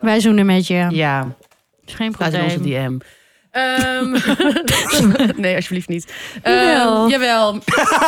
Wij zoenen met je. Ja. Is geen Laat in onze probleem. DM. Nee, alsjeblieft niet. Jawel.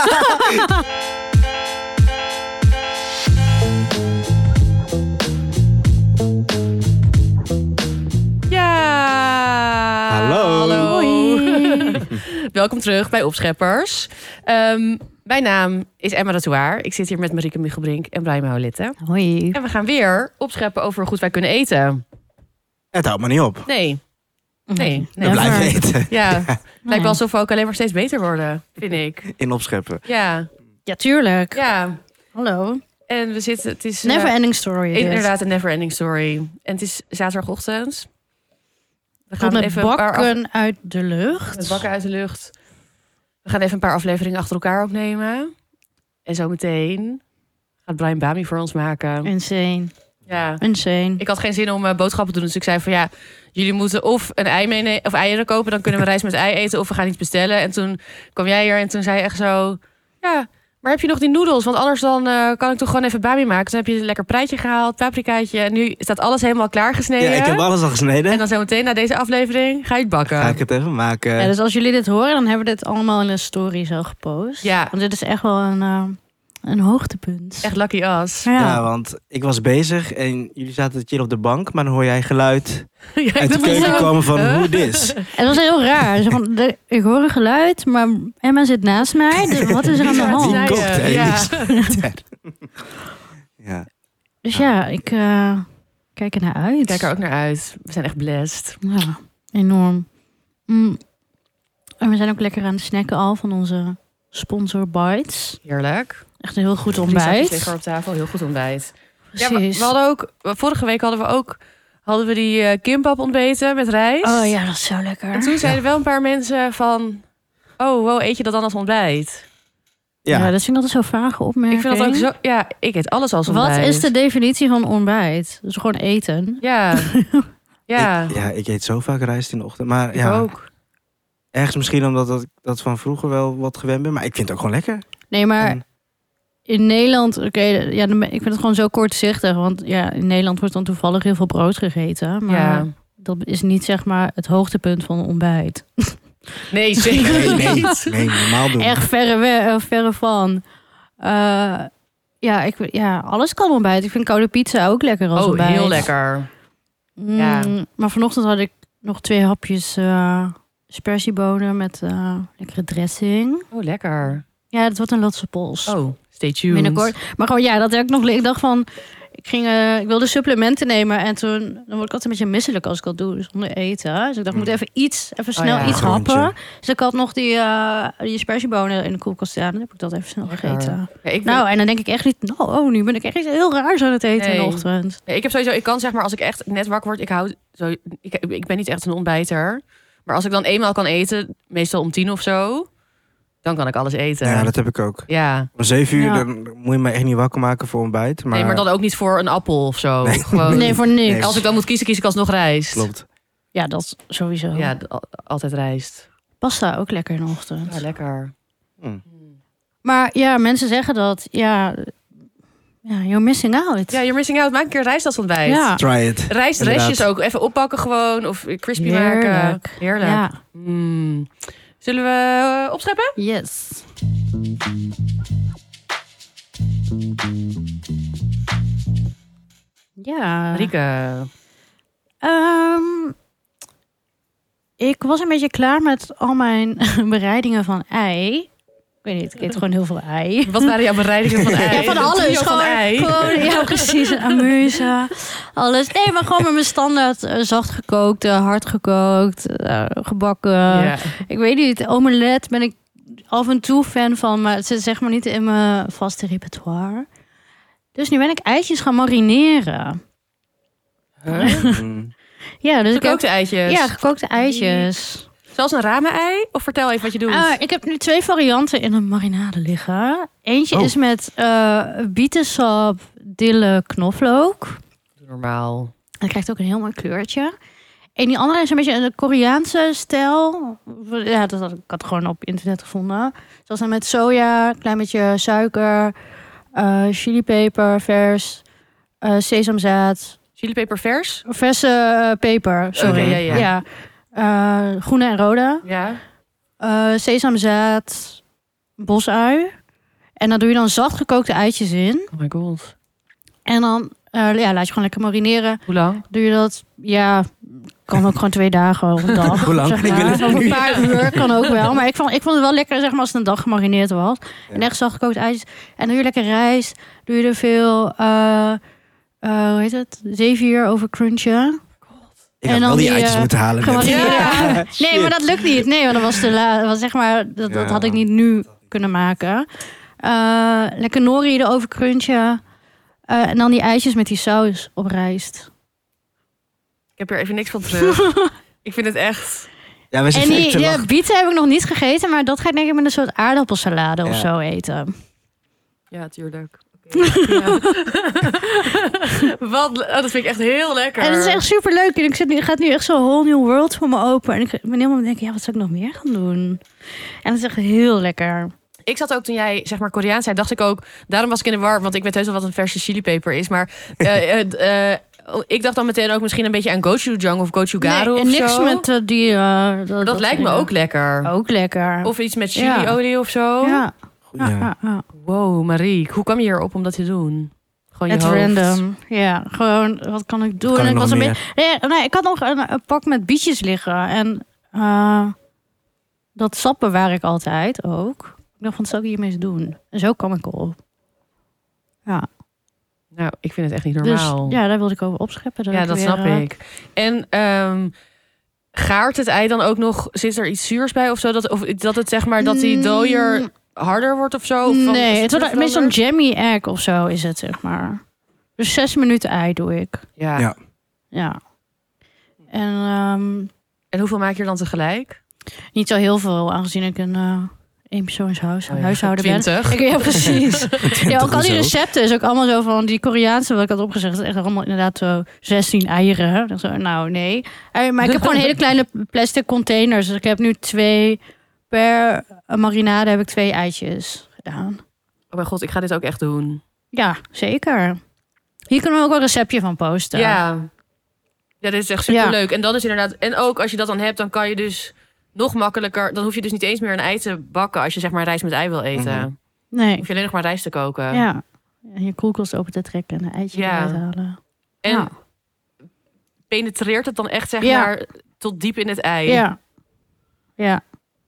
Ja. Hallo. Hoi. Welkom terug bij Opscheppers. Mijn naam is Emma Ratouaar. Ik zit hier met Marieke Michelbrink en Brian Maulette. Hoi. En we gaan weer opscheppen over hoe goed wij kunnen eten. Het houdt maar niet op. Nee. We blijven eten. Ja. Lijkt wel alsof we ook alleen maar steeds beter worden, vind ik. In opscheppen. Ja. Ja, tuurlijk. Ja. Hallo. En we zitten... Het is Never ending story. inderdaad een never ending story. En het is zaterdagochtend. We Komt met even bakken uit de lucht. met bakken uit de lucht. We gaan even een paar afleveringen achter elkaar opnemen. En zometeen gaat Brian Bami voor ons maken. Insane. Ja. Insane. Ik had geen zin om boodschappen te doen. Dus ik zei van ja, jullie moeten of een ei meenemen of eieren kopen. Dan kunnen we rijst met ei eten of we gaan iets bestellen. En toen kwam jij hier en toen zei je echt zo... Ja, maar heb je nog die noedels? Want anders dan kan ik toch gewoon even Bami maken. Toen heb je een lekker preitje gehaald, paprikaatje. En nu staat alles helemaal klaargesneden. Ja, ik heb alles al gesneden. En dan zometeen na deze aflevering ga je het bakken. Ga ik het even maken. Ja, dus als jullie dit horen, dan hebben we dit allemaal in een story zo gepost. Ja. Want dit is echt wel een hoogtepunt. Echt lucky ass. Ja, want ik was bezig en jullie zaten te chillen op de bank. Maar dan hoor jij geluid Ja, uit de dat was keuken zo- komen van hoe dit. En dat was heel raar. Zo van, ik hoor een geluid, maar Emma zit naast mij. Dus wat is er aan de hand? Die cocktail Ja. is- Ja. Dus ja, ik kijk er naar uit. Ik kijk er ook naar uit. We zijn echt blessed. Ja, enorm. En we zijn ook lekker aan het snacken al van onze sponsor Bites. Heerlijk. Echt een heel goed Die staat ontbijt. zeker op tafel. Heel goed ontbijt. Ja, Precies. we hadden ook... Vorige week hadden we die kimbap ontbeten met rijst. Oh ja, dat is zo lekker. En toen zeiden wel een paar mensen van... Oh, wow, eet je dat dan als ontbijt? Ja, Ja. dat vind ik altijd zo vage opmerking. Ik vind dat ook zo... Ja, ik eet alles als ontbijt. Wat is de definitie van ontbijt? Dus gewoon eten. Ja. Ja, Ik eet zo vaak rijst in de ochtend. Maar ik ja, ook. ergens misschien omdat ik dat van vroeger wel wat gewend ben. Maar ik vind het ook gewoon lekker. Nee, maar En- in Nederland... ik vind het gewoon zo kortzichtig. Want ja, in Nederland wordt dan toevallig heel veel brood gegeten. Maar Ja. dat is niet zeg maar het hoogtepunt van een ontbijt. Nee, zeker niet. Nee, normaal doen. Echt verre van. Alles kan ontbijt. Ik vind koude pizza ook lekker als Oh, ontbijt. heel lekker. Ja. Maar vanochtend had ik nog 2 hapjes spersiebonen met lekkere dressing. Oh, lekker. Ja, dat wordt een Lotse pols. Oh, stay tuned. Binnenkort. Maar gewoon ja, dat heb ik nog. Ik dacht van, ik wilde supplementen nemen en toen dan word ik altijd een beetje misselijk als ik dat doe zonder eten. Dus ik dacht, ik moet even snel ja. iets Groontje. happen. Dus ik had nog die spersiebonen in de koelkast staan. Dan heb ik dat even snel gegeten. Ja, ik Nou, en dan denk ik echt niet, nu ben ik echt iets heel raars aan het eten in de Nee. ochtend. Nee, ik kan zeg maar, als ik echt net wakker word, ik ben niet echt een ontbijter. Maar als ik dan eenmaal kan eten, meestal om 10 of zo, dan kan ik alles eten. Ja, dat heb ik ook. Ja. Om 7 uur Ja. dan moet je me echt niet wakker maken voor ontbijt. Maar, Nee, maar dan ook niet voor een appel of zo. Nee. Gewoon, Nee, voor niks. Nee. als ik dan moet kiezen, kies ik alsnog rijst. Klopt. Ja, dat is sowieso. Ja, altijd rijst. Pasta ook lekker in de ochtend. Ja, lekker. Maar ja, mensen zeggen dat. Ja, you're missing out. Ja, you're missing out. Maak een keer rijst als ontbijt. Ja. Try it. Rijstrestjes Inderdaad. ook. Even oppakken gewoon. Of crispy Heerlijk. maken. Heerlijk. Ja. Zullen we opscheppen? Yes. Ja. Marieke. Ik was een beetje klaar met al mijn bereidingen van ei. Ik weet niet, ik eet gewoon heel veel ei. Wat waren jouw bereidingen van ei? Ja, van Een alles. trio van ei. Ja, precies. Amuse, alles. Nee, maar gewoon met mijn standaard zacht gekookt, hard gekookt, gebakken. Ja. Ik weet niet, omelet ben ik af en toe fan van, maar het zit zeg maar niet in mijn vaste repertoire. Dus nu ben ik eitjes gaan marineren. Ja, dus Gekookte eitjes. Ja, gekookte eitjes. Zoals een ramen-ei? Of vertel even wat je doet. Ik heb nu 2 varianten in een marinade liggen. Eentje Oh. is met bietensap, dille, knoflook. Normaal. Dat krijgt ook een heel mooi kleurtje. En die andere is een beetje een Koreaanse stijl. Ja, dat had ik had gewoon op internet gevonden. Zoals dan met soja, klein beetje suiker, chilipeper, vers, sesamzaad. Chilipeper vers? Verse peper, sorry. Oké, ja. Groene en rode. Ja. Sesamzaad, bosui. En dan doe je dan zacht gekookte eitjes in. Oh my god. En dan laat je gewoon lekker marineren. Hoe lang? Doe je dat, kan ook gewoon 2 dagen of een dag. Hoe lang? Zeg Ik wil maar. het Of nu. een paar uur kan ook wel. Maar ik vond het wel lekker, zeg maar, als het een dag gemarineerd was. Ja. En echt zacht gekookte eitjes. En doe je lekker rijst. Doe je er veel, 7 uur over crunchen. Ik En had dan wel die die, eitjes moeten halen. net. Gemarineerde. Ja. Nee, maar dat lukt niet. Nee, want dat was zeg maar, dat Ja. had ik niet nu kunnen maken. Lekker nori erover crunchen. En dan die eitjes met die saus op rijst. Ik heb hier even niks van terug. Ik vind het echt... Ja, we En zitten echt te die lachen. bieten heb ik nog niet gegeten, maar dat ga ik denk ik met een soort aardappelsalade of Ja. zo eten. Ja, tuurlijk. Oké. Ja. Dat vind ik echt heel lekker. En het is echt super leuk. En ik ga nu echt zo'n whole new world voor me open. En ik ben helemaal denken, ja, wat zou ik nog meer gaan doen? En het is echt heel lekker. Ik zat ook toen jij zeg maar Koreaans zei, dacht ik ook... Daarom was ik in de war, want ik weet heus wel wat een verse chilipeper is. Maar ik dacht dan meteen ook misschien een beetje aan gochujang of gochugaru Nee, of en niks zo. met die... Dat lijkt me ook lekker. Ook lekker. Of iets met chiliolie of zo. ja. Ja. Ja. Wow, Mariek, hoe kwam je hierop om dat te doen? Gewoon je Het hoofd. random. Ja, gewoon, wat kan ik doen? Kan ik ik nog was een meer? beetje... Nee, ik had nog een pak met bietjes liggen. En dat sap bewaar ik altijd ook. Ik dacht, wat zou ik hiermee eens doen? En zo kwam ik op. Ja. Nou, ik vind het echt niet Dus normaal. ja, daar wilde ik over opscheppen. Ja, dat snap ik. En gaart het ei dan ook nog? Zit er iets zuurs bij of zo? Of dat het zeg maar dat die dooier harder wordt of zo? Of van- Nee, is het wordt meestal een jammy egg of zo is het, zeg maar. Dus 6 minuten ei doe ik. Ja. Ja. Ja. En En hoeveel maak je er dan tegelijk? niet zo heel veel, aangezien ik een huishouden ben. 20. Ja, precies. Ja, ook al die Zo. recepten is ook allemaal zo van die Koreaanse, wat ik had opgezegd, is echt allemaal inderdaad zo 16 eieren. Dan zo, nou, nee. Maar ik heb gewoon hele kleine plastic containers. Dus ik heb nu 2 per marinade heb ik 2 eitjes gedaan. Oh mijn god, ik ga dit ook echt doen. Ja, zeker. Hier kunnen we ook wel een receptje van posten. Ja, dit is echt superleuk. En dan is inderdaad... En ook als je dat dan hebt, dan kan je dus nog makkelijker... Dan hoef je dus niet eens meer een ei te bakken als je zeg maar rijst met ei wil eten. Mhm. Nee. Hoef je alleen nog maar rijst te koken. Ja. En je koelkast open te trekken en een eitje Ja. eruit halen. En Ja. penetreert het dan echt zeg Ja. maar tot diep in het ei? Ja. Ja.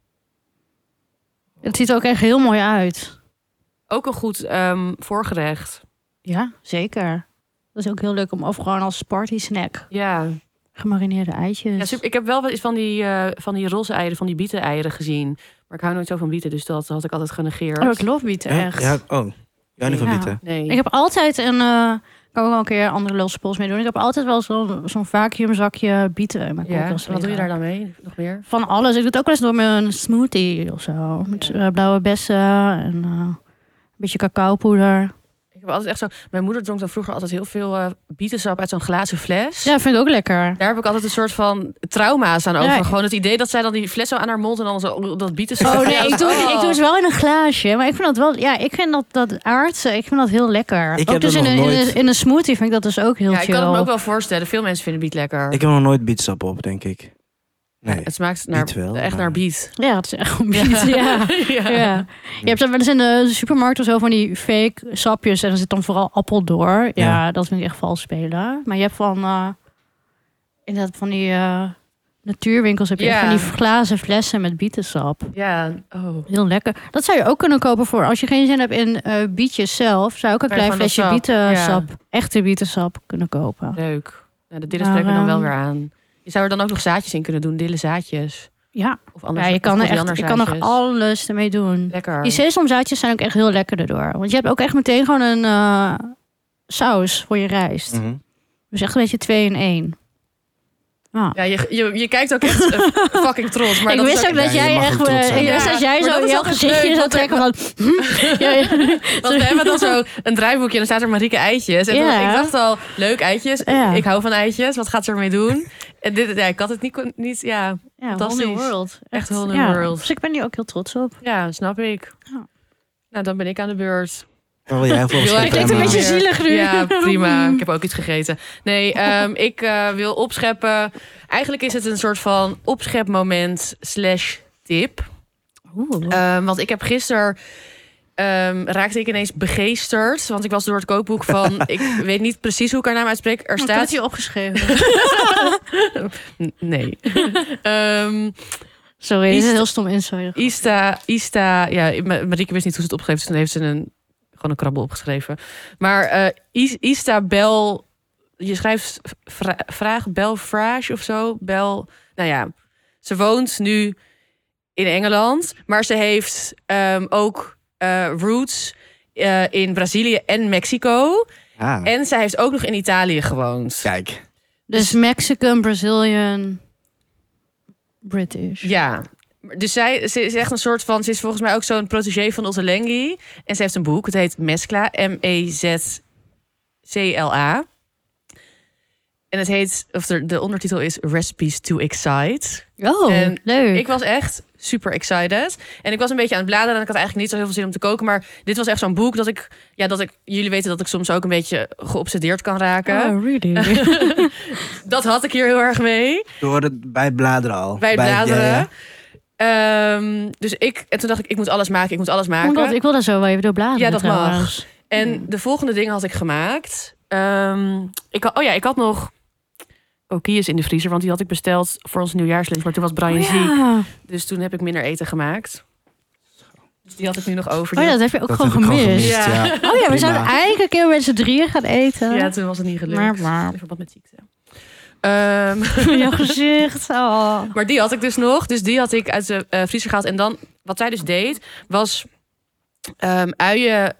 Het ziet er ook echt heel mooi uit. Ook een goed voorgerecht. Ja, zeker. Dat is ook heel leuk om of gewoon als party snack. Ja. Gemarineerde eitjes. Ja, super. Ik heb wel wat van die roze eieren, van die bieten-eieren gezien. Maar ik hou nooit zo van bieten, dus dat had ik altijd genegeerd. Oh, ik love bieten Ja? echt. Ja, jij niet van Ja. bieten. Nee. Ik heb altijd een... ik kan ook wel een keer andere losse pols mee doen. Ik heb altijd wel zo'n vacuümzakje bieten in mijn koelkast Wat doe je daar liggen. dan mee? Nog meer? Van alles. Ik doe het ook wel eens door mijn smoothie of zo. Met blauwe bessen en een beetje cacaopoeder. Ik heb altijd echt zo... Mijn moeder dronk dan vroeger altijd heel veel bietensap uit zo'n glazen fles. Ja, vind ik ook lekker. Daar heb ik altijd een soort van trauma's aan over. Ja. Gewoon het idee dat zij dan die fles zo aan haar mond en dan zo dat bietensap. Oh nee, ik doe het wel in een glaasje. Maar ik vind dat wel... Ja, ik vind dat aardse, ik vind dat heel lekker. Ik ook heb dus dat nog nooit. in een smoothie vind ik dat dus ook heel Ja, ik chill. kan het me ook wel voorstellen. Veel mensen vinden biet lekker. Ik heb nog nooit bietsap op, denk ik. Nee. Het smaakt naar, Biet wel, echt maar- naar biet. Ja, het is echt goed biet. Ja. Ja. Ja. Je hebt wel eens in de supermarkt of zo van die fake sapjes en er zit dan vooral appel door. Ja, dat vind ik echt vals spelen. Maar je hebt inderdaad van die natuurwinkels heb je echt Ja. van die glazen flessen met bietensap. Ja, oh. Heel lekker. Dat zou je ook kunnen kopen voor als je geen zin hebt in bietjes zelf. Zou ik een Kan je klein van dat flesje sap, bietensap, echte bietensap kunnen kopen. Leuk. Nou, de dillen Maar, spreken me dan wel weer aan. Je zou er dan ook nog zaadjes in kunnen doen, dille zaadjes. Ja, Of anders. ja je kan of er echt, korianderzaadjes. je kan er alles ermee doen. Lekker. Die sesamzaadjes zijn ook echt heel lekker erdoor. Want je hebt ook echt meteen gewoon een saus voor je rijst. Mhm. Dus echt een beetje 2 in 1. Ja, je kijkt ook echt fucking trots. Maar Ik dat is wist ook Ja, dat je jij mag echt... ook trots zijn. Ik wist dat jij maar zo dat is jouw altijd gezichtje leuk, zou want trekken van... Want we hebben dan zo een draaiboekje en dan staat er Marieke eitjes. En Ja. ik dacht al, leuk eitjes. Ja. Ik hou van eitjes. Wat gaat ze ermee doen? En dit, ik had het niet ja, Ja, fantastisch. whole new world. Echt whole new world. Dus ik ben hier ook heel trots op. Ja, snap ik. Ja. Nou, dan ben ik aan de beurt. Wil jij heel veel Wil scheppen klinkt en een beetje maar- zielig nu. Ja, prima. Ik heb ook iets gegeten. Nee, ik wil opscheppen. Eigenlijk is het een soort van opschepmoment / tip. Want ik heb gisteren... raakte ik ineens begeesterd. Want ik was door het kookboek van... ik weet niet precies hoe ik haar naam uitspreek. Er Staat staat... hier opgeschreven. Nee. Sorry, dit is een heel stom insider. Ista... Ja, Marieke wist niet hoe ze het opgeschreven. Dus toen heeft ze gewoon een krabbel opgeschreven. Maar Ista Bel... Je schrijft vraag Belfrage of zo. Nou ja, ze woont nu in Engeland. Maar ze heeft ook roots in Brazilië en Mexico. Ah, En zij heeft ook nog in Italië gewoond. kijk. Dus Mexican, Brazilian, British. Ja. Dus ze is echt een soort van... Ze is volgens mij ook zo'n protégé van Ottolenghi. En ze heeft een boek. Het heet Mezcla. Mezcla. En het heet... Of de ondertitel is Recipes to Excite. Oh, En leuk. Ik was echt super excited. En ik was een beetje aan het bladeren. En ik had eigenlijk niet zo heel veel zin om te koken. Maar dit was echt zo'n boek dat ik... Jullie weten dat ik soms ook een beetje geobsedeerd kan raken. Oh, really? Dat had ik hier heel erg mee. Door het bij het bladeren al. Bij het bladeren. Ja. Dus en toen dacht ik moet alles maken. Omdat ik wil daar zo wel even door bladeren. Ja, dat mag. trouwens. En de volgende dingen had ik gemaakt. Ik had nog kokkies in de vriezer. Want die had ik besteld voor onze nieuwjaarslunch. Maar toen was Brian ziek. Ja. Dus toen heb ik minder eten gemaakt. Dus die had ik nu nog over. Oh ja, dat heb je ook Dat gewoon heb ik gewoon gemist. gemist, Ja. ja. Oh ja, we Prima. zouden eigenlijk een keer met z'n drieën gaan eten. Ja, toen was het niet gelukt. Maar. In verband met ziekte. Jouw gezicht. Oh. Maar die had ik dus nog. Dus die had ik uit de vriezer gehaald. En dan, wat zij dus deed, was uien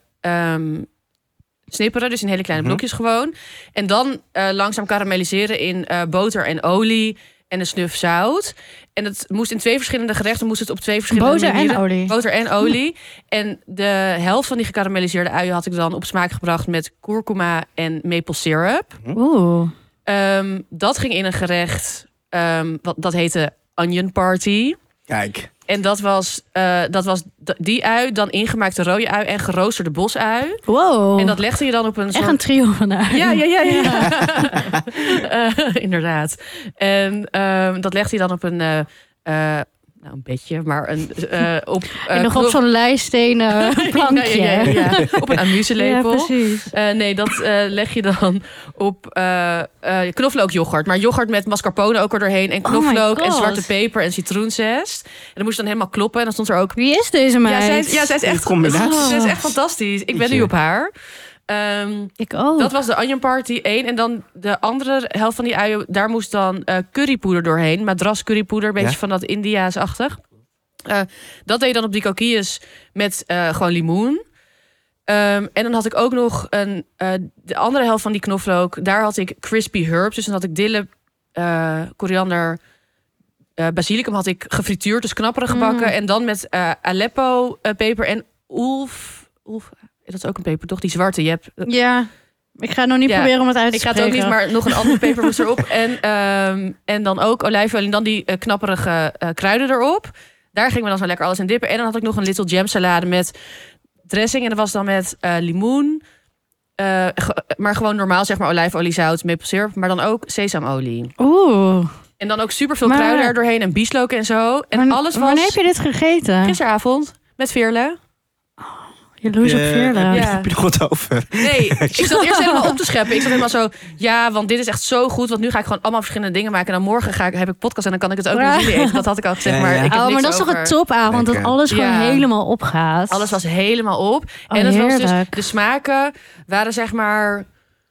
snipperen. Dus in hele kleine blokjes gewoon. En dan langzaam karamelliseren in boter en olie en een snuf zout. En het moest in 2 verschillende gerechten, moest het op 2 verschillende Boter manieren. en olie. Boter en olie. En de helft van die gekarameliseerde uien had ik dan op smaak gebracht met kurkuma en maple syrup. Oeh. Dat ging in een gerecht, dat heette Onion Party. Kijk. En dat was die ui, dan ingemaakte rode ui en geroosterde bosui. Wow. En dat legde je dan op een Echt soort... een trio van uien. Ja. Inderdaad. En dat legde je dan op een bedje, maar op... En nog op zo'n lijststenen plankje. Ja. Op een amuselepel. Ja, precies. Nee, dat leg je dan op knoflookyoghurt. Maar yoghurt met mascarpone ook er doorheen. En knoflook en God. zwarte peper en citroenzest. En dan moest je dan helemaal kloppen. En dan stond er ook... Wie is deze meid? zij is echt... Een combinatie. Zij is echt fantastisch. Ik ben nu op haar. Ik ook. Dat was de Onion Party 1. En dan de andere helft van die uien, daar moest dan currypoeder doorheen. Madras currypoeder, een beetje Ja. van dat India's-achtig. Dat deed je dan op die kokkies met gewoon limoen. En dan had ik ook nog de andere helft van die knoflook. Daar had ik crispy herbs. Dus dan had ik dille, koriander, basilicum had ik gefrituurd. Dus knapperig gebakken. En dan met Aleppo peper en ulf. Dat is ook een peper, toch? Die zwarte. Je hebt, Ja, ik ga nog niet Ja, proberen om het uit te ik ga het spreken. ook niet, maar nog een andere peper moest erop. En dan ook olijfolie en dan die knapperige kruiden erop. Daar gingen we dan zo lekker alles in dippen. En dan had ik nog een little jam salade met dressing. En dat was dan met limoen. Maar gewoon normaal, zeg maar olijfolie, zout, maple syrup. Maar dan ook sesamolie. Oeh. En dan ook superveel Maar- kruiden er doorheen en bieslook en zo. En alles was Wanneer heb je dit gegeten? gisteravond met Veerle. Jaloers op Veerle. Ja. Heb je er goed over? Nee, ik zat eerst helemaal op te scheppen. Ik zat helemaal zo, ja, want dit is echt zo goed. Want nu ga ik gewoon allemaal verschillende dingen maken. En dan morgen heb ik podcast en dan kan ik het ook met jullie eten. Dat had ik al gezegd, Ja, maar ja. ik heb Oh, maar niks dat is toch over. een topavond dat Lekker. alles gewoon Ja. helemaal opgaat. Alles was helemaal op. Oh, en het was dus, heerlijk. de smaken waren zeg maar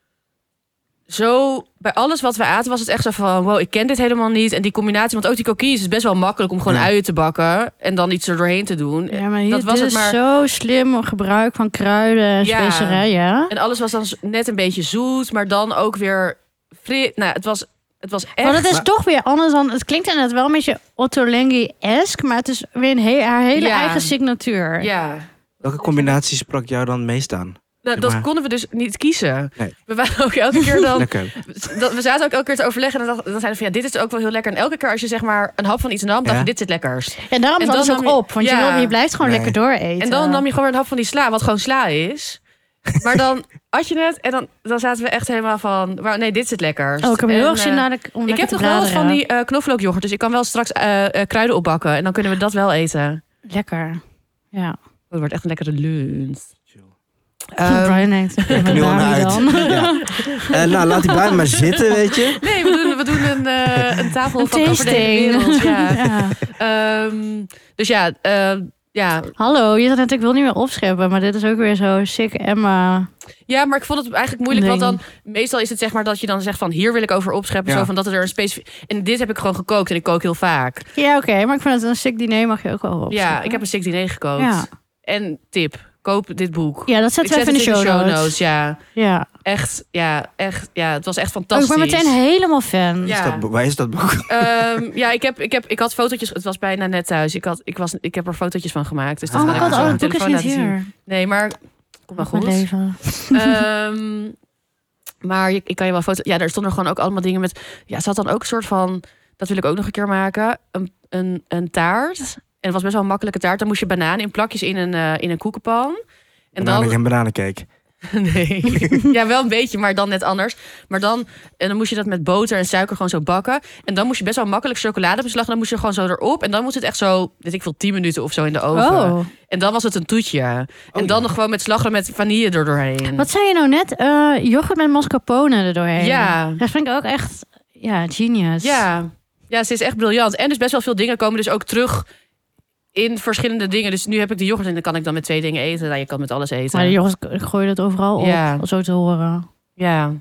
zo... Bij alles wat we aten was het echt zo van, wow, ik ken dit helemaal niet. En die combinatie, want ook die kokkies is best wel makkelijk om gewoon Ja. uien te bakken. En dan iets er doorheen te doen. Ja, maar hier, dat was dit het is maar. zo slim gebruik van kruiden en Ja. specerijen. En alles was dan net een beetje zoet, maar dan ook weer fris. Nou, het was echt... Want het is Maar- toch weer anders dan... Het klinkt inderdaad wel een beetje Ottolenghi-esque, maar het is weer haar hele Ja. eigen signatuur. Ja. Welke combinatie sprak jou dan meest aan? Nou, Zeg dat maar. konden we dus niet kiezen. Nee. We waren ook elke keer dan... Lekker. We zaten ook elke keer te overleggen en dan zeiden we van ja, dit is ook wel heel lekker. En elke keer als je zeg maar een hap van iets nam, dacht Ja. je dit zit lekkers. En daarom En is alles dan ook nam je- op, want Ja. je blijft gewoon Nee. lekker dooreten. En dan nam je gewoon weer een hap van die sla, wat gewoon sla is. Maar dan at je het en dan zaten we echt helemaal van... "Wauw, nee, dit is het lekkerst." Oh, ik heb heel erg zin om Ik heb nog wel wat van die knoflookyoghurt. Dus ik kan wel straks kruiden opbakken. En dan kunnen we dat wel eten. Lekker. Ja. Het wordt echt een lekkere lunch. Brian denkt, Ik nu al naar uit. Ja. Nou, laat die Brian maar zitten, weet je. Nee, we doen een tafel Een van over de hele tasting. wereld. Ja. Ja. Dus ja, ja. Hallo, je zegt net, ik wil niet meer opscheppen. Maar dit is ook weer zo sick Emma. Ja, maar ik vond het eigenlijk moeilijk. Nee. Want dan, meestal is het zeg maar dat je dan zegt van... hier wil ik over opscheppen. Ja. Zo van dat er een specifiek... En dit heb ik gewoon gekookt en ik kook heel vaak. Ja, oké. Maar ik vind het een sick diner mag je ook wel opscheppen. Ja, ik heb een sick diner gekookt. Ja. En tip, koop dit boek. Ja, dat zetten we even in de show notes. Ja, Ja. echt, het was echt Oh, fantastisch. ik ben meteen helemaal fan. Ja. Waar is dat boek? Ja, ik had fotootjes. Het was bijna net thuis. Ik heb er fotootjes van gemaakt. Dus dat Oh ga my ik god, zo op het mijn boek is telefoon niet laten hier. zien. Nee, maar kom maar Mijn goed. leven. Maar ik kan je wel foto's... Ja, daar stonden gewoon ook allemaal dingen met... Ja, ze had dan ook een soort van... Dat wil ik ook nog een keer maken. Een taart. En het was best wel een makkelijke taart. Dan moest je bananen in plakjes in een koekenpan. En dan... Een bananencake. Nee. Ja, wel een beetje, maar dan net anders. Maar dan moest je dat met boter en suiker gewoon zo bakken. En dan moest je best wel makkelijk chocoladebeslag. Dan moest je gewoon zo erop. En dan moest het echt zo, weet ik veel, 10 minuten of zo in de oven. Oh. En dan was het een toetje. En dan nog gewoon met slagroom met vanille er doorheen. Wat zei je nou net? Yoghurt met mascarpone er doorheen. Ja. Dat vind ik ook echt, genius. Ja, ze is echt briljant. En dus best wel veel dingen komen dus ook terug in verschillende dingen. Dus nu heb ik de yoghurt en dan kan ik dan met 2 dingen eten. Nou, je kan met alles eten. Maar de yoghurt gooi je dat overal op, Ja. om zo te horen. Ja.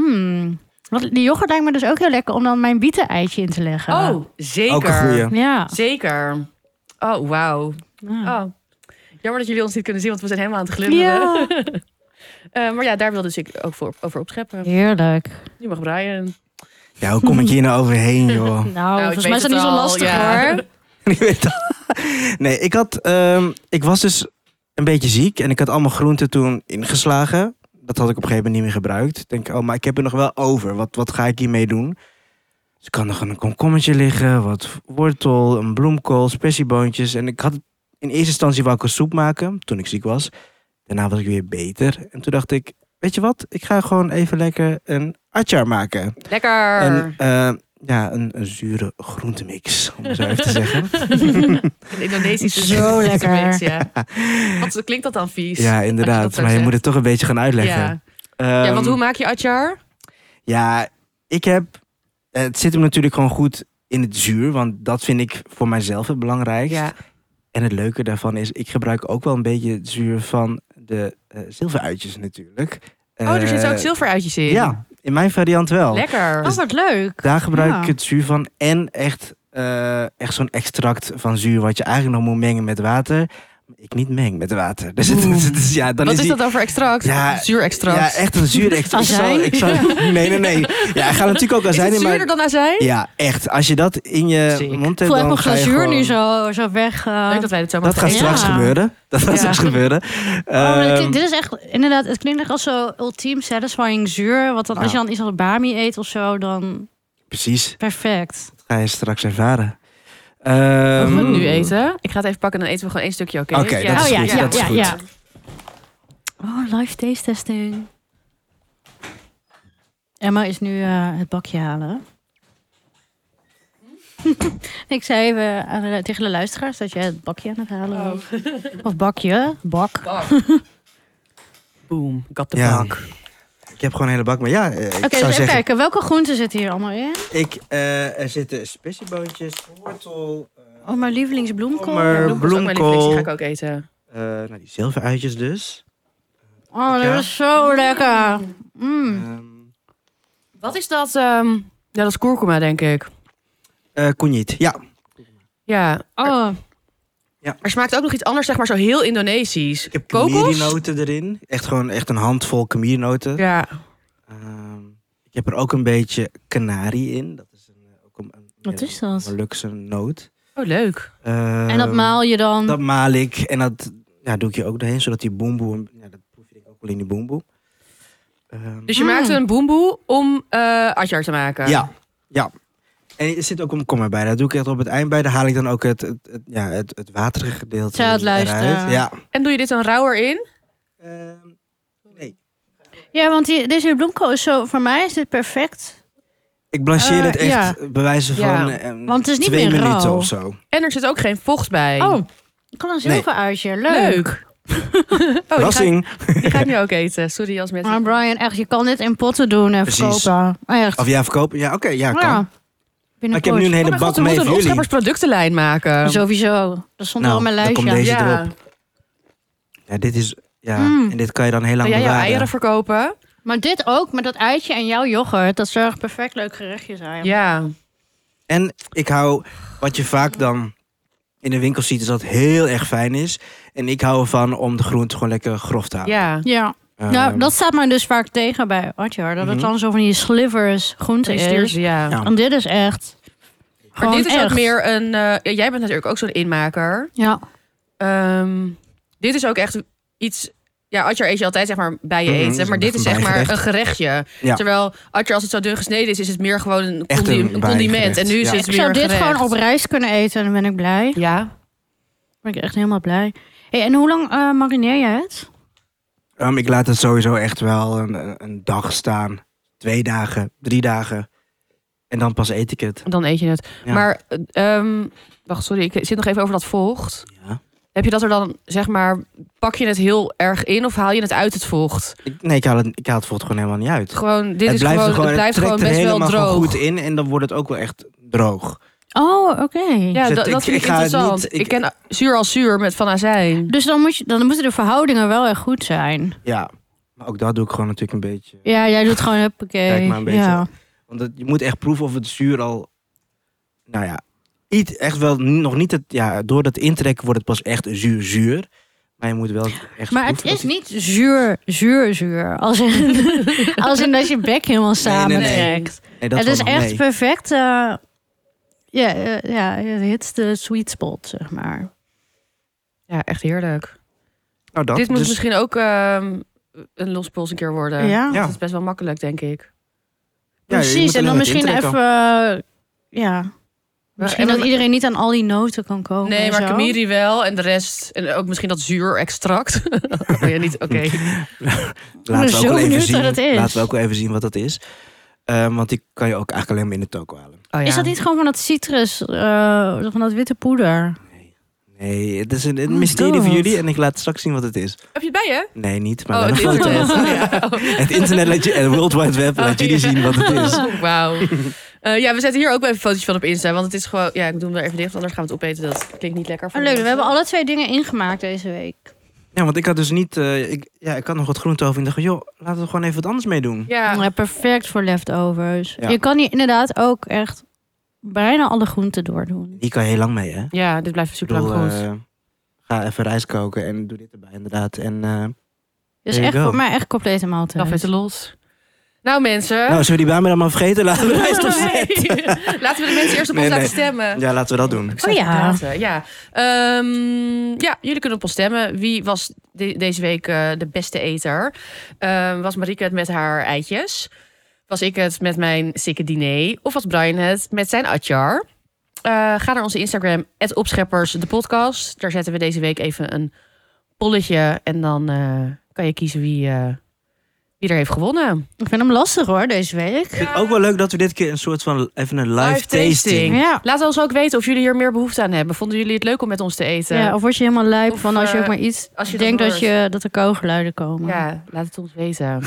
Die yoghurt lijkt me dus ook heel lekker om dan mijn bieten-eitje in te leggen. Oh, zeker. Ook een goeie. Ja. Zeker. Oh, wauw. Ja. Oh. Jammer dat jullie ons niet kunnen zien, want we zijn helemaal aan het glunderen. Ja. Maar ja, daar wilde dus ik ook over opscheppen. Heerlijk. Nu mag Brian. Ja, hoe kom ik hier nou overheen, joh? Nou, ik volgens mij is weet dat niet het zo al, lastig ja. hoor. Ik weet het. Nee, ik was dus een beetje ziek. En ik had allemaal groenten toen ingeslagen. Dat had ik op een gegeven moment niet meer gebruikt. Ik denk, maar ik heb er nog wel over. Wat ga ik hiermee doen? Dus ik had nog een komkommertje liggen. Wat wortel, een bloemkool, spessieboontjes. En ik had in eerste instantie wou ik een soep maken. Toen ik ziek was. Daarna was ik weer beter. En toen dacht ik, weet je wat? Ik ga gewoon even lekker een atjar maken. Lekker. En een zure groentemix, om het zo even te zeggen. Een Indonesische Zo lekker. mix, ja. Wat klinkt dat dan vies? Ja, Als je inderdaad. dat zo Maar je zegt. moet het toch een beetje gaan uitleggen. Ja, want hoe maak je atjar? Ja, ik heb... Het zit hem natuurlijk gewoon goed in het zuur. Want dat vind ik voor mijzelf het belangrijkst. Ja. En het leuke daarvan is... Ik gebruik ook wel een beetje het zuur van de zilveruitjes natuurlijk. Er zitten ook zilveruitjes in. Ja, in mijn variant wel. Lekker. Dat wordt leuk. Daar gebruik Ja. ik het zuur van. En echt zo'n extract van zuur... wat je eigenlijk nog moet mengen met water... Ik niet meng met water. Dus dan Wat is die- dat dan voor extract? Ja, Zuurextract. Ja, echt een zuur extract. Azijn? Nee. Ja, hij gaat natuurlijk ook Is azijn het in, zuurder maar... dan azijn? Ja, echt. Als je dat in je Sick. mond Ik hebt, voel echt dan mijn ga je glazuur gewoon... nu zo weg. Leuk dat wij het zo Dat gaat Ja. straks gebeuren. Dat gaat straks gebeuren. Dit is echt, inderdaad, het klinkt echt als zo ultiem satisfying zuur. Want dan, als je dan iets als bami eet of zo, dan Precies. perfect. Dat ga je straks ervaren. We gaan het nu eten. Ik ga het even pakken en dan eten we gewoon 1 stukje, oké? Oké, dat is goed. Dat is goed. Oh, live taste testing. Emma is nu het bakje halen. Ik zei even tegen de luisteraars dat jij het bakje aan het halen was. Of bakje, bak. Boom, got the Ja. bak. Ik heb gewoon een hele bak. Maar ja, ik Oké, zou dus even zeggen... kijken. Welke groenten zitten hier allemaal in? Er zitten spessieboontjes, wortel... Oh, mijn lievelingsbloemkool. Maar- Bloemkool is ook mijn bloemkool. lievelings, die ga ik ook eten. die zilveruitjes dus. Oh, dat Ja. is zo lekker. Mm. Wat is dat? Ja, dat is kurkuma, denk ik. Kunyit, ja. Ja. Oh, Er smaakt ook nog iets anders, zeg maar zo heel Indonesisch. Ik heb Kokos? kamirienoten erin. Echt een handvol kamirienoten. Ja. Ik heb er ook een beetje kanari in. Dat is ook een Wat is dat? Molukse noot. Oh, leuk. en dat maal je dan? Dat maal ik. En dat doe ik je ook doorheen. Zodat die boemboe... Ja, dat proef je denk ik ook wel in die boemboe. Dus je maakt een boemboe om atjar te maken? Ja. En er zit ook een komkommer bij. Dat doe ik echt op het eind bij. Daar haal ik dan ook het waterige gedeelte Zou het luisteren? eruit. Ja. En doe je dit dan rauw erin? Ja, want deze bloemkool is zo... Voor mij is dit perfect. Ik blancheer het echt ja. bij wijze van Want het is niet 2 meer minuten rauw. of zo. En er zit ook geen vocht bij. Oh, ik kan een zilveruitje. Leuk. Verrassing. Die ga ik nu ook eten. Sorry als mensen... Maar Brian, echt, je kan dit in potten doen en Precies. verkopen. Echt. Of ja, verkopen? Ja, oké, ja, kan. Ja. Maar ik heb nu een hele Oh mijn bak god, we mee moeten voor een jullie. Opscheppers productenlijn maken. Sowieso. Dat stond al op mijn dan lijstje. komt deze Ja. erop. Ja, dit is... Ja, Mm. en dit kan je dan heel lang Wil jij jouw bewaren. eieren verkopen? Maar dit ook, met dat eitje en jouw yoghurt. Dat zou echt perfect leuk gerechtje zijn. Ja. En ik hou... Wat je vaak dan in de winkel ziet, is dat het heel erg fijn is. En ik hou ervan om de groente gewoon lekker grof te houden. Ja. Ja. Nou, dat staat mij dus vaak tegen bij Atjar. Dat het dan zo van die slivers groente is. Ja. Ja. En dit is echt... Maar gewoon dit is echt. ook meer een... jij bent natuurlijk ook zo'n inmaker. Ja. Dit is ook echt iets... Ja, Atjar eet je altijd zeg maar bij je Mhm, eten. dat Maar is dit is zeg maar bijgerecht. een gerechtje. Ja. Terwijl Atjar als het zo dun gesneden is het meer gewoon een, Echt een een condiment. En nu is bijgerecht. het Ik meer zou een dit gerecht. gewoon op reis kunnen eten en dan ben ik blij. Ja. Dan ben ik echt helemaal blij. Hey, en hoe lang marineer je het? Ik laat het sowieso echt wel een dag staan. 2 dagen, 3 dagen. En dan pas eet ik het. Dan eet je het. Ja. Maar, wacht, sorry. Ik zit nog even over dat vocht. Ja. Heb je dat er dan, zeg maar... Pak je het heel erg in of haal je het uit het vocht? Ik haal het vocht gewoon helemaal niet uit. Gewoon, dit het is blijft gewoon, er gewoon, het blijft het gewoon trekt er best wel helemaal droog. gewoon goed in. En dan wordt het ook wel echt droog. Oh, oké. Ja, Dus dat ik vind ik ga het interessant. niet- ik ken zuur als zuur met van azijn. Dus dan moeten de verhoudingen wel echt goed zijn. Ja, maar ook dat doe ik gewoon natuurlijk een beetje. Ja, jij doet gewoon huppakee. Kijk maar een beetje. Ja. Want je moet echt proeven of het zuur al... Nou ja, echt wel nog niet het... Ja, door dat intrekken wordt het pas echt zuur. Maar je moet wel echt Maar het proeven is of niet zuur. Als in dat je bek helemaal samentrekt. Nee, dat Het is valt nog echt mee. perfect. Het hits de sweet spot, zeg maar. Ja, echt heerlijk. Nou, dat. Dit moet dus, misschien ook een lospols een keer worden. Ja. Ja. Dat is best wel makkelijk, denk ik. ja, je Precies, moet en dan alleen misschien wat even... Misschien En dat iedereen niet aan al die noten kan komen. Nee, en maar zo. kamiri wel. En de rest, en ook misschien dat zuur-extract. Oh ja, niet, oké. Laten we zo ook wel even benieuwd zien. wat het is. Laten we ook wel even zien wat dat is. Want die kan je ook eigenlijk alleen maar in de toko halen. Oh, ja. Is dat niet gewoon van dat citrus, van dat witte poeder? Nee, het is een mysterie voor jullie en ik laat straks zien wat het is. Heb je het bij je? Nee, niet. Maar Oh, wel het een foto. internet. Oh, ja. Het internet laat je, en het World Wide Web laat jullie zien wat het is. Oh, wauw. Ja, we zetten hier ook wel even foto's van op Insta. Want het is gewoon... Ja, ik doe hem er even dicht, anders gaan we het opeten. Dat klinkt niet lekker. voor Oh, leuk, de we hebben mensen. alle 2 dingen ingemaakt deze week. Ja, want ik had dus niet... ik had nog wat groente over en dacht, joh, laten we er gewoon even wat anders mee doen. Ja. Ja, perfect voor leftovers. Ja. Je kan hier inderdaad ook echt bijna alle groenten doordoen. Hier kan je heel lang mee, hè? Ja, dit blijft Ik super lang bedoel, goed. ga even rijst koken en doe dit erbij inderdaad. En, Dus There you echt go. voor mij echt complete maaltijd. Laf het los. Nou, mensen. nou, zullen we die baan me dan maar vergeten? Laten we de rijst Nee. opzetten. Laten we de mensen eerst op Nee, ons nee. laten stemmen. Ja, laten we dat doen. Oh ja. Praten, ja. Ja, jullie kunnen op ons stemmen. Wie was deze week de beste eter? Was Marieke het met haar eitjes? Was ik het met mijn sikke diner? Of was Brian het met zijn atjar? Ga naar onze Instagram, @opscheppers de podcast. Daar zetten we deze week even een polletje. En dan kan je kiezen wie er heeft gewonnen. Ik vind hem lastig hoor, deze week. Ik vind het ook wel leuk dat we dit keer een soort van even een live tasting. Ja. Laat ons ook weten of jullie hier meer behoefte aan hebben. Vonden jullie het leuk om met ons te eten? Ja, of word je helemaal lijp Of, van als je ook maar iets als je dat denkt hoort. dat er kogelgeluiden komen. Ja, laat het ons weten.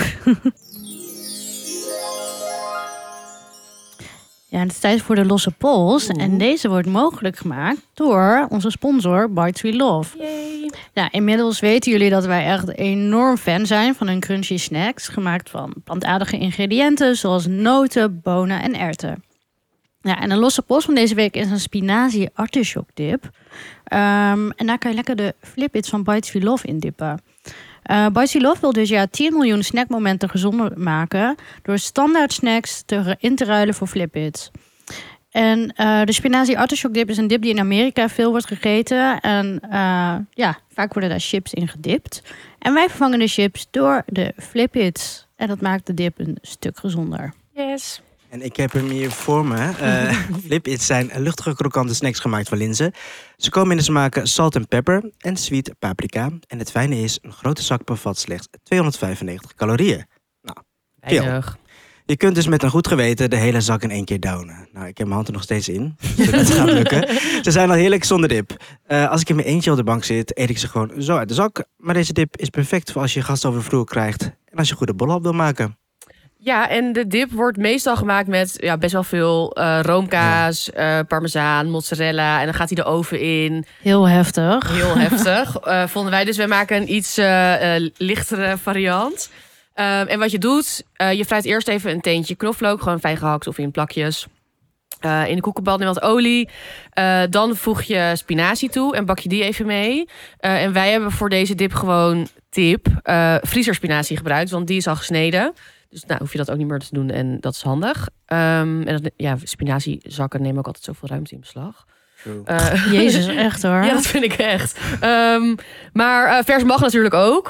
Ja, het is tijd voor de losse pols. En deze wordt mogelijk gemaakt door onze sponsor Bites We Love. Yay. Nou, inmiddels weten jullie dat wij echt enorm fan zijn van hun crunchy snacks. Gemaakt van plantaardige ingrediënten zoals noten, bonen en erwten. Ja, en een losse pols van deze week is een spinazie artichook dip. En daar kan je lekker de Flip-Its van Bites We Love in dippen. Bites We Love wil dus 10 miljoen snackmomenten gezonder maken door standaard snacks in te ruilen voor Flip-Its. En de spinazie artichook dip is een dip die in Amerika veel wordt gegeten. En vaak worden daar chips in gedipt. En wij vervangen de chips door de Flip-Its. En dat maakt de dip een stuk gezonder. Yes. En ik heb hem hier voor me. Flip-Its zijn luchtige krokante snacks gemaakt van linzen. Ze komen in de smaken salt en pepper en sweet paprika. En het fijne is, een grote zak bevat slechts 295 calorieën. Eindig. Je kunt dus met een goed geweten de hele zak in 1 keer downen. Nou, ik heb mijn hand er nog steeds in. Dus dat gaat lukken. Ze zijn al heerlijk zonder dip. Als ik in mijn eentje op de bank zit, eet ik ze gewoon zo uit de zak. Maar deze dip is perfect voor als je gasten over de vloer krijgt. En als je goede bollen op wil maken. Ja, en de dip wordt meestal gemaakt met best wel veel roomkaas, parmezaan, mozzarella. En dan gaat hij de oven in. Heel heftig. Heel heftig. Vonden wij. Dus wij maken een iets lichtere variant. En wat je doet, je vrijt eerst even een teentje knoflook. Gewoon fijn gehakt of in plakjes. In de koekenpan in wat olie. Dan voeg je spinazie toe en bak je die even mee. En wij hebben voor deze dip gewoon vriezer gebruikt. Want die is al gesneden. Dus hoef je dat ook niet meer te doen en dat is handig. Spinaziezakken nemen ook altijd zoveel ruimte in beslag. Jezus, echt hoor. Ja, dat vind ik echt. Maar vers mag natuurlijk ook.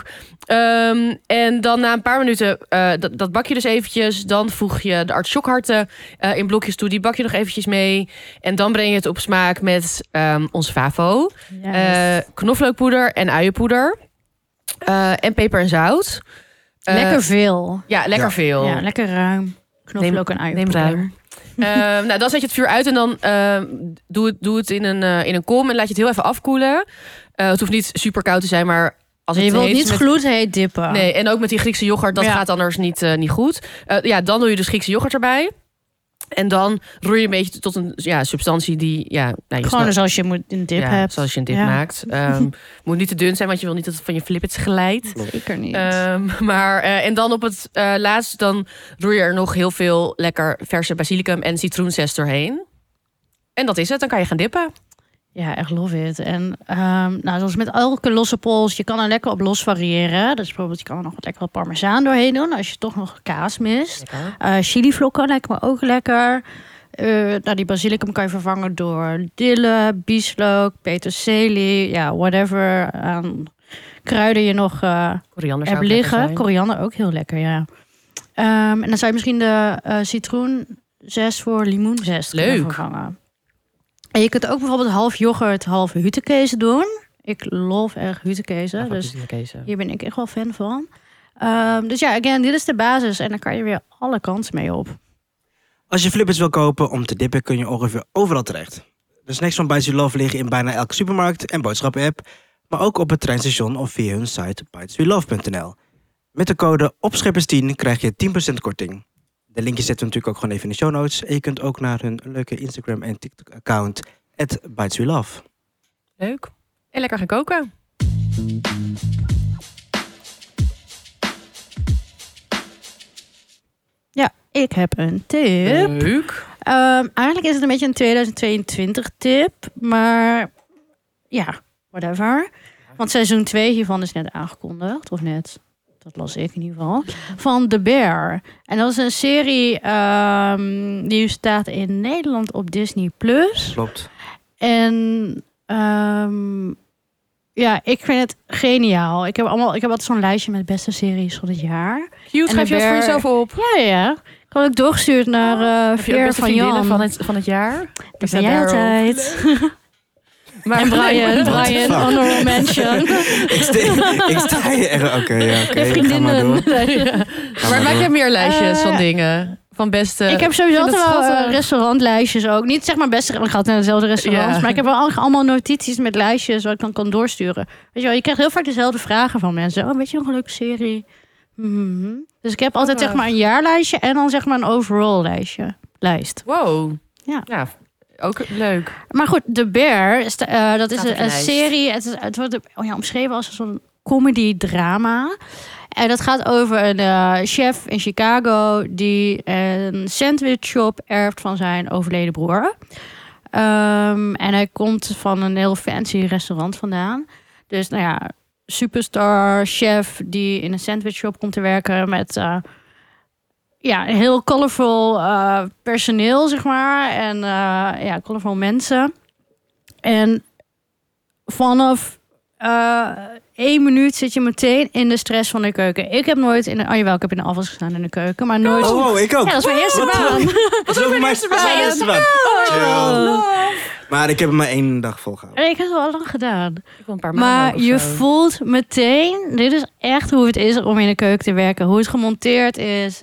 En dan na een paar minuten, dat bak je dus eventjes. Dan voeg je de artisjokharten in blokjes toe. Die bak je nog eventjes mee. En dan breng je het op smaak met ons favo. Yes. Knoflookpoeder en uienpoeder. En peper en zout. Lekker veel. Ja, lekker veel. Ja, lekker ruim. Knoflook en uienpoeder. Neem ruim. Dan zet je het vuur uit en dan doe het in een kom en laat je het heel even afkoelen. Het hoeft niet super koud te zijn, maar als het je wilt niet gloedheet dippen. Nee, en ook met die Griekse yoghurt, dat gaat anders niet goed. Dan doe je dus Griekse yoghurt erbij. En dan roer je een beetje tot een substantie die... Gewoon zoals je een dip hebt. Zoals je een dip maakt. Moet niet te dun zijn, want je wil niet dat het van je flippets glijdt. Zeker niet. En dan op het laatst, dan roer je er nog heel veel lekker verse basilicum en citroenzest doorheen. En dat is het, dan kan je gaan dippen. Ja, echt love it. En zoals met elke losse pols, je kan er lekker op los variëren. Dus bijvoorbeeld, je kan er nog wat lekker parmezaan doorheen doen, als je toch nog kaas mist. Chilivlokken lijkt me ook lekker. Die basilicum kan je vervangen door dille, bieslook, peterselie, whatever. Kruiden je nog Koriander hebt liggen. Koriander ook heel lekker, ja. En dan zou je misschien de citroenzest voor limoenzest kunnen vervangen. En je kunt ook bijvoorbeeld half yoghurt, half hutekezen doen. Ik love erg hutekezen. Dus hier ben ik echt wel fan van. Dit is de basis. En dan kan je weer alle kanten mee op. Als je flippers wil kopen om te dippen, kun je ongeveer overal terecht. De snacks van Bites We Love liggen in bijna elke supermarkt en boodschappen-app. Maar ook op het treinstation of via hun site biteswelove.nl. Met de code OPSCHEPPERS10 krijg je 10% korting. De linkjes zetten we natuurlijk ook gewoon even in de show notes. En je kunt ook naar hun leuke Instagram en TikTok-account @biteswelove. Leuk. En lekker gaan koken. Ja, ik heb een tip. Leuk. Eigenlijk is het een beetje een 2022 tip. Maar whatever. Want seizoen 2 hiervan is net aangekondigd. Of net... Dat las ik in ieder geval. Van The Bear. En dat is een serie die staat in Nederland op Disney+. Klopt. En ik vind het geniaal. Ik heb altijd zo'n lijstje met beste series van het jaar. Cute, schrijf je dat voor jezelf op? Ja. Ik had ook doorgestuurd naar Veer van Jan. Van het jaar? Dat ben jij altijd. Maar en Brian, honorable mention. ik sta hier echt... Oké. De vriendinnen. Maar maak je meer lijstjes van dingen? Van beste... Ik heb sowieso altijd wel restaurantlijstjes ook. Niet zeg maar beste... Ik ga naar dezelfde restaurants. Ja. Maar ik heb wel allemaal notities met lijstjes... wat ik dan kan doorsturen. Weet je wel, je krijgt heel vaak dezelfde vragen van mensen. Weet je nog een leuke serie? Mm-hmm. Dus ik heb altijd zeg maar een jaarlijstje... en dan zeg maar een overall lijst. Wow. Ja. Ook leuk. Maar goed, The Bear, dat is een serie. Het wordt omschreven als een soort comedy-drama. En dat gaat over een chef in Chicago... die een sandwich shop erft van zijn overleden broer. En hij komt van een heel fancy restaurant vandaan. Dus superstar chef die in een sandwich shop komt te werken... met... heel colorful personeel, zeg maar. En colorful mensen. En vanaf 1 minuut zit je meteen in de stress van de keuken. Ik heb nooit ik heb in de afwas gestaan in de keuken, maar nooit... Oh, ik ook. Ja, dat is mijn eerste baan. Dat is ook mijn eerste baan. Chill. Maar ik heb hem maar 1 dag volgehouden. Ik heb het al lang gedaan. Ik wil een paar maanden Maar je voelt meteen, dit is echt hoe het is om in de keuken te werken. Hoe het gemonteerd is,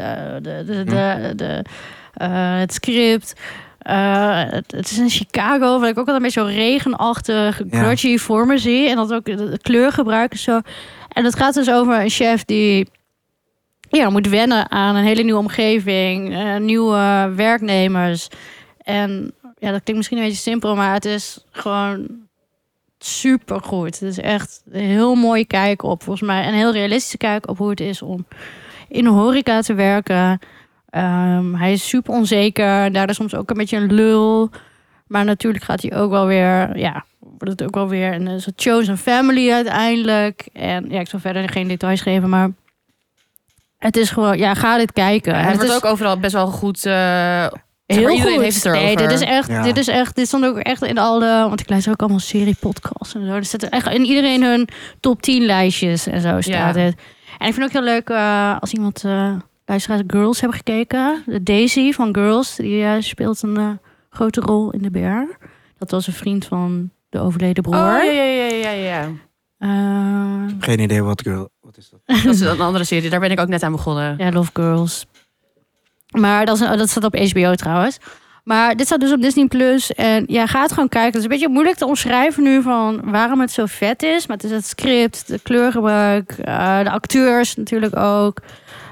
het script. Het is in Chicago, waar ik ook al een beetje zo regenachtig, grudgy voor me zie. En dat ook de kleurgebruik is zo. En het gaat dus over een chef die moet wennen aan een hele nieuwe omgeving, nieuwe werknemers. En ja, dat klinkt misschien een beetje simpel, maar het is gewoon super goed. Het is echt een heel mooie kijk op, volgens mij. Een heel realistische kijk op hoe het is om in de horeca te werken. Hij is super onzeker. Daardoor soms ook een beetje een lul. Maar natuurlijk gaat hij ook wel weer... Ja, wordt het ook wel weer een soort chosen family uiteindelijk. En ja, ik zal verder geen details geven, maar... Het is gewoon... Ja, ga dit kijken. Het wordt ook overal best wel goed... Heel iedereen goed. heeft het erover. Nee, dit is echt... Dit stond ook echt in alle... Want ik luister ook allemaal serie-podcasts en zo. Er zitten echt in iedereen hun top 10 lijstjes en zo staat het. En ik vind het ook heel leuk als iemand... luisteraars Girls hebben gekeken. De Daisy van Girls, die speelt een grote rol in de Bear. Dat was een vriend van de overleden broer. Oh, ja. Geen idee wat is dat? Dat is een andere serie, daar ben ik ook net aan begonnen. Ja, Love Girls. Maar dat staat op HBO trouwens. Maar dit staat dus op Disney+. En ja, ga het gewoon kijken. Het is een beetje moeilijk te omschrijven nu van waarom het zo vet is. Maar het is het script, de kleurgebruik, de acteurs natuurlijk ook.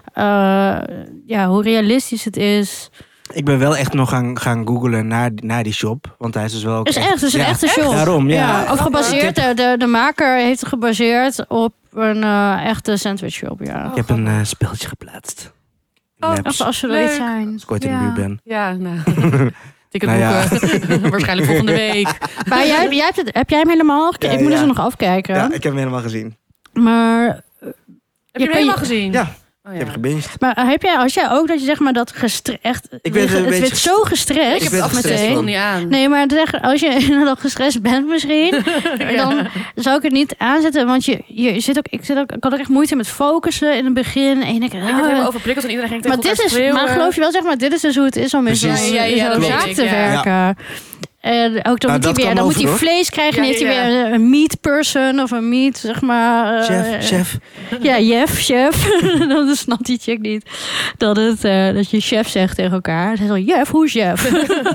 Hoe realistisch het is. Ik ben wel echt nog gaan googlen naar die shop. Want hij is dus wel ook Het is een echte shop. Daarom, ja. Ook gebaseerd, de maker heeft het gebaseerd op een echte sandwich shop. Ja. Ik heb een speeltje geplaatst. Maps. Als je er iets zijn. Als ik ooit in de buurt ben. Ja, nou... Ticket waarschijnlijk volgende week. Maar heb jij hem helemaal gekeken? Ik moet dus nog afkijken. Ja, ik heb hem helemaal gezien. Maar... Heb je hem helemaal gezien? Ja. Ik heb gebinged. Maar als jij ook dat je zeg maar dat gestrest... Ik ben het werd zo gestrest. Ik heb het afgestrest, ik wil niet aan. Nee, maar als je inderdaad gestrest bent misschien... dan zou ik het niet aanzetten. Want ik had ook echt moeite met focussen in het begin. En je denkt, ik werd helemaal overprikkeld en iedereen ging tegen elkaar schreeuwen. Maar geloof je wel, zeg maar, dit is dus hoe het is om in zo'n zaak te werken. Ja. En ook dan moet hij vlees krijgen. En heeft hij weer een meat person of een meat, zeg maar... chef. Ja, chef. Dan snapt die chick niet dat je chef zegt tegen elkaar. Hij zegt, Jeff, hoe is Jeff?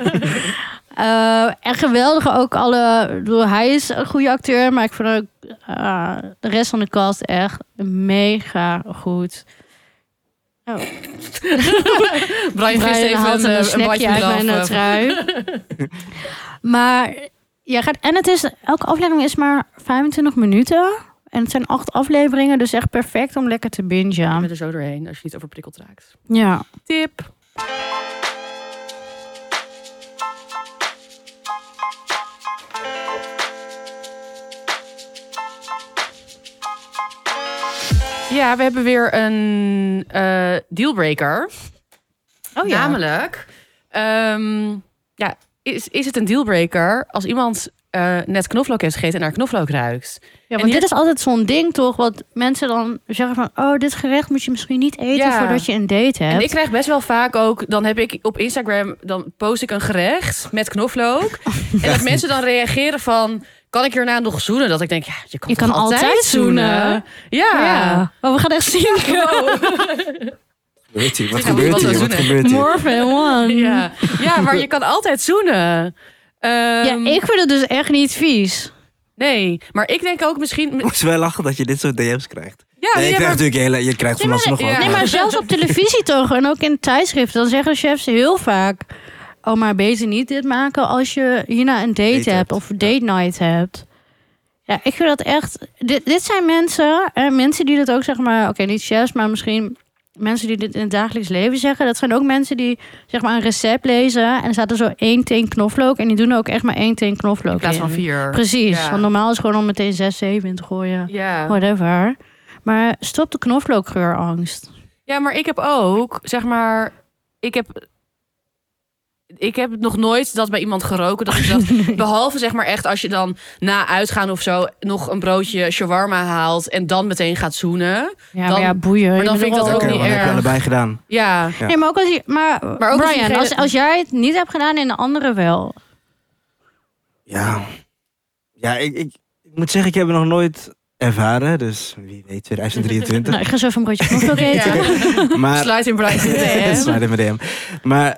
En geweldig ook hij is een goede acteur, maar ik vond ook de rest van de cast echt mega goed. Oh. Brian haalt een snackje uit mijn trui. Maar elke aflevering is maar 25 minuten. En het zijn 8 afleveringen, dus echt perfect om lekker te bingen. Je bent er zo doorheen als je niet overprikkeld raakt. Ja. Tip. Ja, we hebben weer een dealbreaker. Oh ja. Namelijk, is het een dealbreaker als iemand net knoflook heeft gegeten en naar knoflook ruikt? Ja, want dit is altijd zo'n ding toch, wat mensen dan zeggen van, oh, dit gerecht moet je misschien niet eten voordat je een date hebt. En ik krijg best wel vaak ook, dan heb ik op Instagram, dan post ik een gerecht met knoflook. En dat mensen dan reageren van, kan ik hierna nog zoenen? Dat ik denk, ja, je kan altijd zoenen. Ja. Oh, we gaan echt zien. Wat gebeurt hier? More than one. Ja, maar je kan altijd zoenen. Ik vind het dus echt niet vies. Nee, maar ik denk ook misschien... Ik moet wel lachen dat je dit soort DM's krijgt. Ja, je krijgt natuurlijk je krijgt van alles nog wat. Nee, maar zelfs op televisie toch. En ook in tijdschriften. Dan zeggen chefs heel vaak... Oh, maar beter niet dit maken als je hierna een date hebt. Of date night hebt. Ja, ik vind dat echt... Dit zijn mensen die dat ook, zeg maar... Oké, niet chefs, maar misschien... Mensen die dit in het dagelijks leven zeggen. Dat zijn ook mensen die, zeg maar, een recept lezen. En er staat er zo 1 teen knoflook. En die doen ook echt maar 1 teen knoflook in plaats van 4. Precies. Ja. Want normaal is gewoon om meteen 6, 7 in te gooien. Ja. Whatever. Maar stop de knoflookgeurangst. Ja, maar ik heb ook, zeg maar... Ik heb nog nooit dat bij iemand geroken. Dat ik dacht, behalve zeg maar echt als je dan na uitgaan of zo nog een broodje shawarma haalt en dan meteen gaat zoenen. Ja, dan, maar boeien. maar dan vind ik dat ook Oké, niet wat heb je erg. allebei gedaan? Ja. Nee, maar ook als je... Maar ook als Brian, diegene- als jij het niet hebt gedaan en de anderen wel. Ja, ik moet zeggen, ik heb het nog nooit ervaren. Dus wie weet, 2023. Nou, ik ga zo even een broodje knoflook eten. Ja. Maar Sluit in Brian. slide in mijn DM. Maar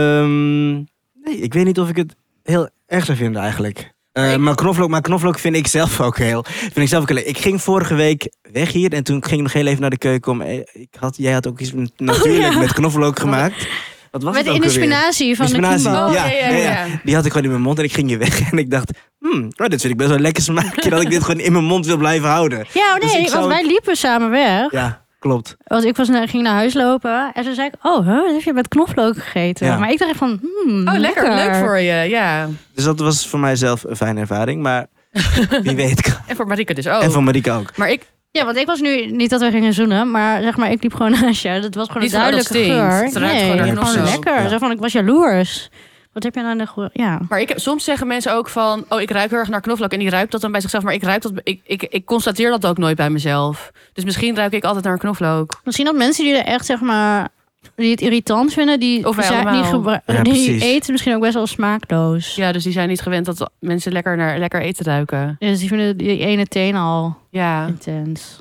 nee, ik weet niet of ik het heel erg zou vinden eigenlijk. Maar knoflook vind ik zelf ook heel. Ik ging vorige week weg hier en toen ging ik nog heel even naar de keuken om. Jij had ook iets natuurlijk met knoflook gemaakt. Wat was Met het in ook de alweer? spinazie van de Spinazie. Kimbo. Oh, Ja, ja. die had ik gewoon in mijn mond en ik ging hier weg en ik dacht, dit vind ik best wel een lekker smaakje dat ik dit gewoon in mijn mond wil blijven houden. Ja, Dus nee, ik zou want wij liepen samen weg. Ja, klopt. Want ik ging naar huis lopen en toen zei ik, dat heb je met knoflook gegeten. Ja. Maar ik dacht echt van, Oh, lekker. Leuk voor je, ja. Dus dat was voor mijzelf een fijne ervaring, maar wie weet. En voor Marika dus ook. En voor Marika ook. Maar ik, Ja, want ik was nu, niet dat we gingen zoenen, maar zeg maar, ik liep gewoon naast je. Dat was gewoon Niet een van, oh, dat duidelijke stinkt. geur. Het ruikt gewoon naar gewoon knoflook. lekker. Ja. Zo van, ik was jaloers. Wat heb je nou aan de geur? Ja. Maar soms zeggen mensen ook van, ik ruik heel erg naar knoflook. En die ruikt dat dan bij zichzelf. Maar ik ruik dat, ik constateer dat ook nooit bij mezelf. Dus misschien ruik ik altijd naar knoflook. Misschien dat mensen die er echt, zeg maar, die het irritant vinden, die, Of wij allemaal. Ja, die precies. eten misschien ook best wel smaakloos. Ja, dus die zijn niet gewend dat mensen lekker eten ruiken. Dus die vinden die ene teen al Ja. intens.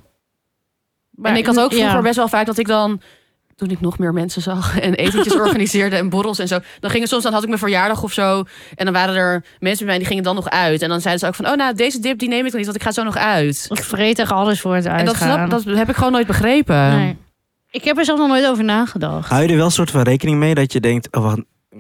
En ik had ook vroeger ja. best wel vaak dat ik dan, toen ik nog meer mensen zag en etentjes organiseerde en borrels en zo, dan had ik mijn verjaardag of zo. En dan waren er mensen bij mij die gingen dan nog uit. En dan zeiden ze ook van, deze dip die neem ik nog niet, want ik ga zo nog uit. Ik vreet echt alles voor het En uitgaan. dat heb ik gewoon nooit begrepen. Nee. Ik heb er zelf nog nooit over nagedacht. Hou je er wel een soort van rekening mee dat je denkt, wacht,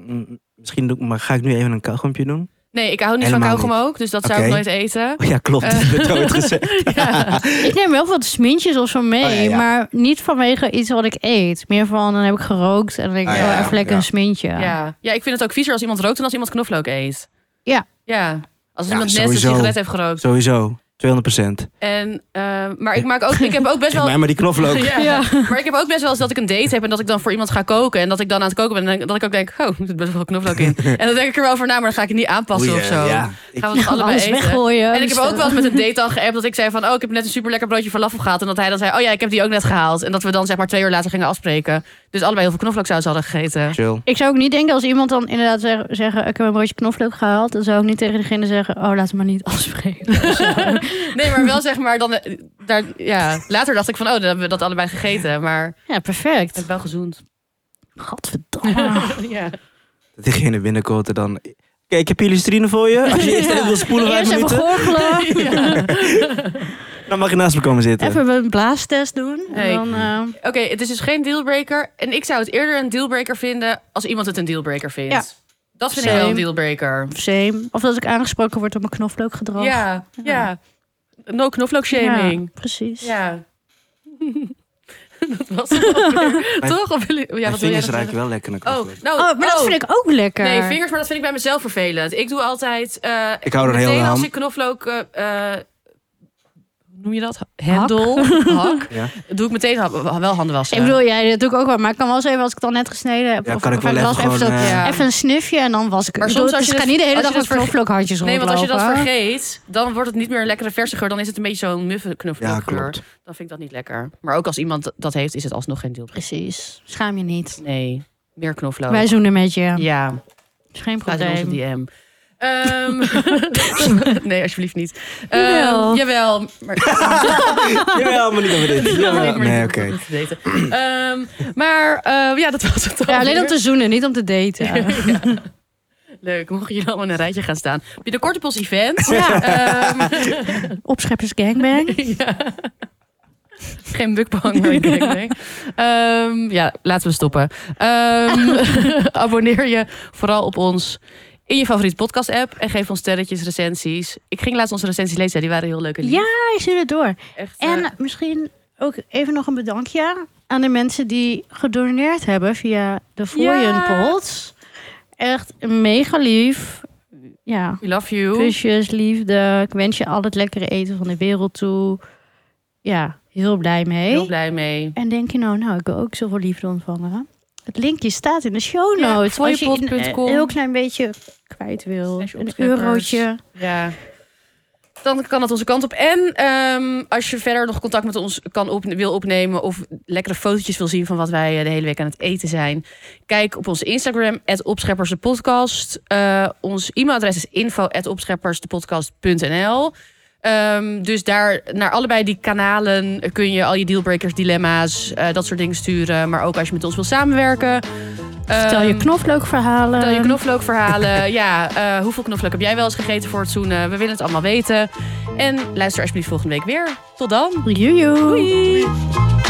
maar ga ik nu even een kauwgompje doen? Nee, ik hou niet Helemaal van kauwgom ook, dus dat zou Oké. ik nooit eten. Oh ja, klopt. Dat heb ik nooit gezegd. Ja. Ik neem wel wat smintjes of zo mee, Oh, ja. maar niet vanwege iets wat ik eet. Meer van, dan heb ik gerookt en dan denk ik, Ah, ja, even lekker ja. een smintje. Ja, ik vind het ook viezer als iemand rookt dan als iemand knoflook eet. Ja. Ja, als Ja, iemand net een sowieso. sigaret heeft gerookt. Sowieso, 200%. En, maar ik heb ook best Geef wel... mij maar die knoflook. Ja. Maar ik heb ook best wel eens dat ik een date heb en dat ik dan voor iemand ga koken. En dat ik dan aan het koken ben en dat ik ook denk, er zit best wel knoflook in. En dan denk ik er wel over na, maar dan ga ik het niet aanpassen Oei, of zo. ja. Gaan we het allebei Alles eten. weggooien. En ik heb ook wel eens met een date dan geappt dat ik zei van, ik heb net een super lekker broodje falafel gehad. En dat hij dan zei, ik heb die ook net gehaald. En dat we dan zeg maar 2 uur later gingen afspreken. Dus allebei heel veel knoflooksaus hadden gegeten. Chill. Ik zou ook niet denken als iemand dan inderdaad zeggen, ik heb een broodje knoflook gehaald. Dan zou ik niet tegen degene zeggen, laten we maar niet afspreken. Nee, maar wel zeg maar dan, later dacht ik van, dan hebben we dat allebei gegeten. Maar Ja, het perfect. is wel gezond. Gadverdamme. Ja. Dat diegene binnenkomt en dan... Kijk, ik heb hier listerine voor je. Als je eerst even wil spoelen 5 Eerst even minuten, gorgelen. dan mag je naast me komen zitten. Even een blaastest doen. Hey. En dan, Oké, het is dus geen dealbreaker. En ik zou het eerder een dealbreaker vinden als iemand het een dealbreaker vindt. Ja. Dat vind ik Same. wel een dealbreaker. same. Of dat ik aangesproken word op mijn knoflookgedrag. Ja. No knoflook shaming. Ja, precies. Ja. Dat was het alweer. Toch? Of jullie... Ja, Mijn wat wil jij vingers nog ruiken zeggen? wel lekker naar knoflook. Maar dat vind ik ook lekker. Nee, vingers, maar dat vind ik bij mezelf vervelend. Ik doe altijd... Ik hou er heel meteen aan. als ik knoflook... noem je dat? Hendel? Hak? Ja. Doe ik meteen wel handen wassen. Ik bedoel, dat doe ik ook wel. Maar ik kan wel eens even, als ik het al net gesneden heb. Ja, of kan ik wel was even gewoon, even een snufje en dan was ik. Maar Maar soms soms als je ik ga het- niet de hele als dag je met het knoflookhartjes Nee, want als je dat rondlopen. vergeet, dan wordt het niet meer een lekkere verse geur. Dan is het een beetje zo'n muffe Ja, knoflookgeur. klopt. Dan vind ik dat niet lekker. Maar ook als iemand dat heeft, is het alsnog geen deal. Precies. Schaam je niet. Nee, meer knoflook. Wij zoenen met je. Ja, Is geen gaat in onze probleem. DM. Nee, alsjeblieft niet. Jawel. Jawel. Maar... Jawel, maar niet over dit. Jawel. Nee, oké. Ja, dat was het Ja, alleen alweer. om te zoenen, niet om te daten. Ja. Leuk, mogen jullie allemaal in een rijtje gaan staan. Binnenkort op ons event. Ja. Opscheppers Opscheppers gangbang. ja. Geen bukbang, maar een gangbang. Laten we stoppen. Abonneer je vooral op ons in je favoriete podcast-app. En geef ons sterretjes, recensies. Ik ging laatst onze recensies lezen. Die waren heel leuk. En lief. Ja, ik zie het door. Echt, En misschien ook even nog een bedankje aan de mensen die gedoneerd hebben via de Fooienpot. Echt mega lief. Ja, we love you. kusjes, liefde. Ik wens je al het lekkere eten van de wereld toe. Ja, heel blij mee. Heel blij mee. En denk je nou, ik wil ook zoveel liefde ontvangen. Het linkje staat in de show notes. Als je een heel klein beetje kwijt wil. Een eurotje. Ja. Dan kan het onze kant op. En als je verder nog contact met ons wil opnemen... of lekkere fotootjes wil zien van wat wij de hele week aan het eten zijn... kijk op onze Instagram, @opscheppersdepodcast. Ons e-mailadres is info@opscheppersdepodcast.nl. Dus daar naar allebei die kanalen kun je al je dealbreakers, dilemma's... dat soort dingen sturen. Maar ook als je met ons wil samenwerken... Vertel je knoflookverhalen. Ja, hoeveel knoflook heb jij wel eens gegeten voor het zoenen? We willen het allemaal weten. En luister alsjeblieft volgende week weer. Tot dan. Joejoe. Doei.